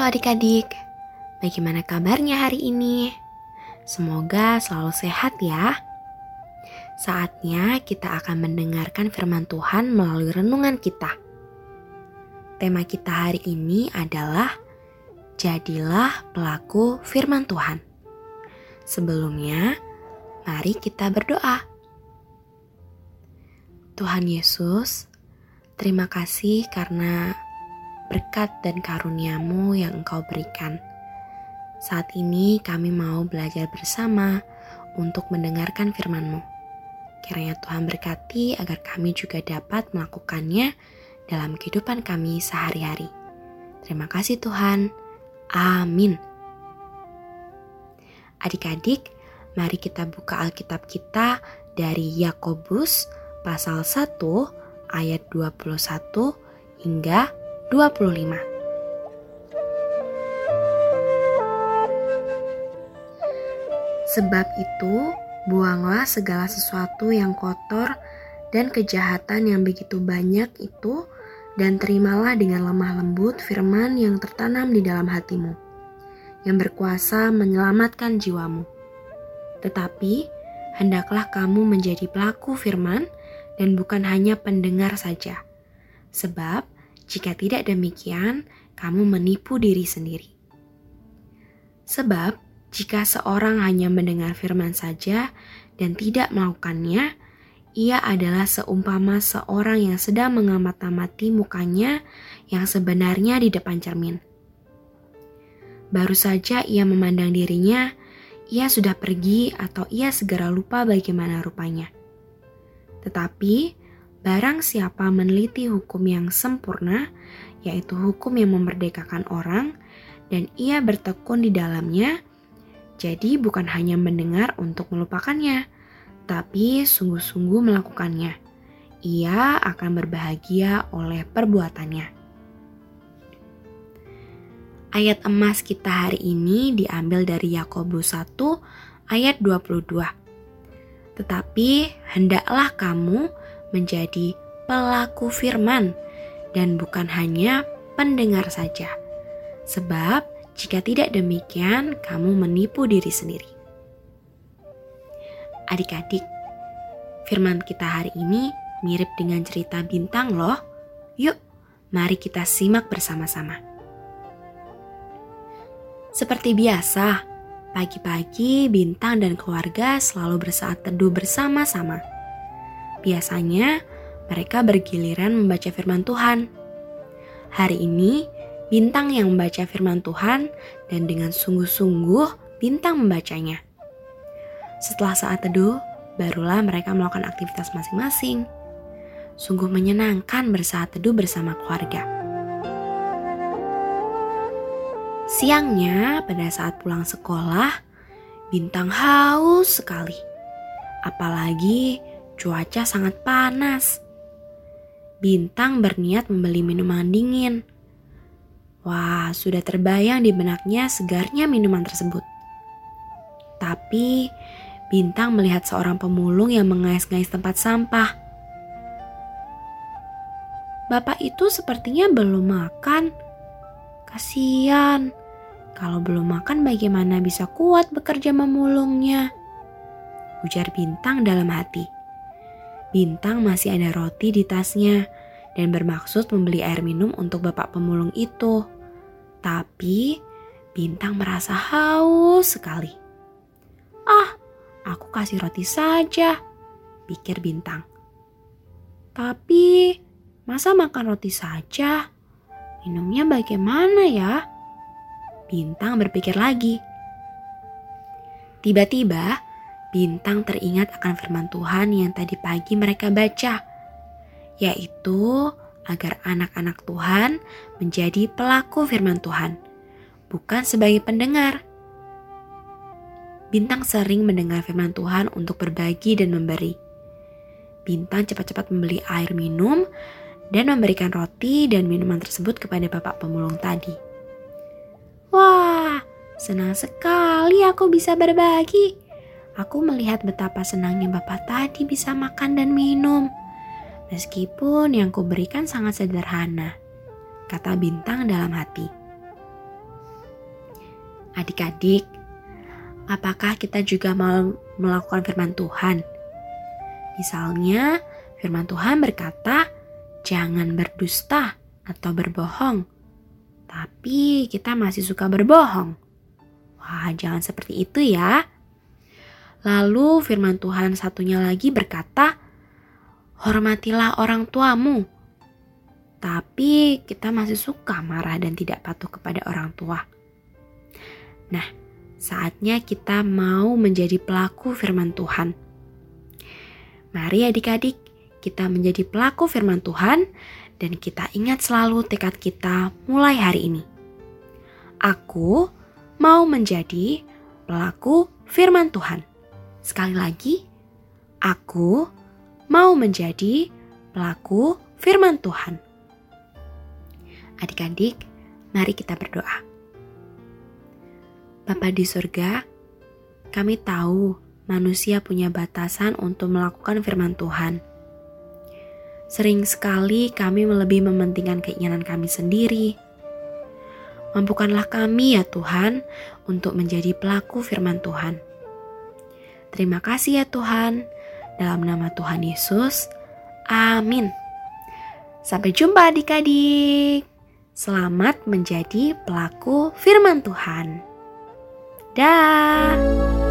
adik-adik, bagaimana kabarnya hari ini? Semoga selalu sehat ya. Saatnya kita akan mendengarkan firman Tuhan melalui renungan kita. Tema kita hari ini adalah Jadilah pelaku firman Tuhan. Sebelumnya, mari kita berdoa. Tuhan Yesus, terima kasih karena berkat dan karunia-Mu yang Engkau berikan. Saat ini kami mau belajar bersama untuk mendengarkan firman-Mu. Kiranya Tuhan berkati agar kami juga dapat melakukannya dalam kehidupan kami sehari-hari. Terima kasih Tuhan. Amin. Adik-adik, mari kita buka Alkitab kita dari Yakobus pasal 1 ayat 21 hingga 25. Sebab itu, buanglah segala sesuatu yang kotor dan kejahatan yang begitu banyak itu, dan terimalah dengan lemah lembut firman yang tertanam di dalam hatimu, yang berkuasa menyelamatkan jiwamu. Tetapi, hendaklah kamu menjadi pelaku firman dan bukan hanya pendengar saja. Sebab, jika tidak demikian, kamu menipu diri sendiri. Sebab, jika seorang hanya mendengar firman saja dan tidak melakukannya, ia adalah seumpama seorang yang sedang mengamat-amati mukanya yang sebenarnya di depan cermin. Baru saja ia memandang dirinya, ia sudah pergi atau ia segera lupa bagaimana rupanya. Tetapi, barang siapa meneliti hukum yang sempurna, yaitu hukum yang memerdekakan orang, dan ia bertekun di dalamnya, jadi bukan hanya mendengar untuk melupakannya, tapi sungguh-sungguh melakukannya. Ia akan berbahagia oleh perbuatannya. Ayat emas kita hari ini diambil dari Yakobus 1 ayat 22. Tetapi hendaklah kamu menjadi pelaku firman dan bukan hanya pendengar saja. Sebab jika tidak demikian, kamu menipu diri sendiri. Adik-adik, firman kita hari ini mirip dengan cerita bintang loh. Yuk, mari kita simak bersama-sama. Seperti biasa, pagi-pagi Bintang dan keluarga selalu bersaat teduh bersama-sama. Biasanya, mereka bergiliran membaca firman Tuhan. Hari ini, Bintang yang membaca firman Tuhan dan dengan sungguh-sungguh Bintang membacanya. Setelah saat teduh, barulah mereka melakukan aktivitas masing-masing. Sungguh menyenangkan bersaat teduh bersama keluarga. Siangnya, pada saat pulang sekolah, Bintang haus sekali. Apalagi cuaca sangat panas. Bintang berniat membeli minuman dingin. Wah, sudah terbayang di benaknya segarnya minuman tersebut. Tapi, Bintang melihat seorang pemulung yang mengais-ngais tempat sampah. Bapak itu sepertinya belum makan. Kasian, kalau belum makan bagaimana bisa kuat bekerja memulungnya? Ujar Bintang dalam hati. Bintang masih ada roti di tasnya dan bermaksud membeli air minum untuk bapak pemulung itu. Tapi Bintang merasa haus sekali. Aku kasih roti saja, pikir Bintang. Tapi masa makan roti saja? Minumnya bagaimana ya? Bintang berpikir lagi. Tiba-tiba, Bintang teringat akan firman Tuhan yang tadi pagi mereka baca, yaitu agar anak-anak Tuhan menjadi pelaku firman Tuhan, bukan sebagai pendengar. Bintang sering mendengar firman Tuhan untuk berbagi dan memberi. Bintang cepat-cepat membeli air minum dan memberikan roti dan minuman tersebut kepada bapak pemulung tadi. Wah, senang sekali aku bisa berbagi. Aku melihat betapa senangnya bapak tadi bisa makan dan minum. Meskipun yang kuberikan sangat sederhana, kata Bintang dalam hati. Adik-adik, apakah kita juga mau melakukan firman Tuhan? Misalnya, firman Tuhan berkata, jangan berdusta atau berbohong. Tapi kita masih suka berbohong. Wah, jangan seperti itu ya. Lalu firman Tuhan satunya lagi berkata, hormatilah orang tuamu. Tapi kita masih suka marah dan tidak patuh kepada orang tua. Nah, saatnya kita mau menjadi pelaku firman Tuhan. Mari adik-adik, kita menjadi pelaku firman Tuhan dan kita ingat selalu tekad kita mulai hari ini. Aku mau menjadi pelaku firman Tuhan. Sekali lagi, aku mau menjadi pelaku firman Tuhan. Adik-adik, mari kita berdoa. Bapa di surga, kami tahu manusia punya batasan untuk melakukan firman Tuhan. Sering sekali kami lebih mementingkan keinginan kami sendiri. Mampukanlah kami ya Tuhan untuk menjadi pelaku firman Tuhan. Terima kasih ya Tuhan, dalam nama Tuhan Yesus, amin. Sampai jumpa adik-adik. Selamat menjadi pelaku firman Tuhan. Dah.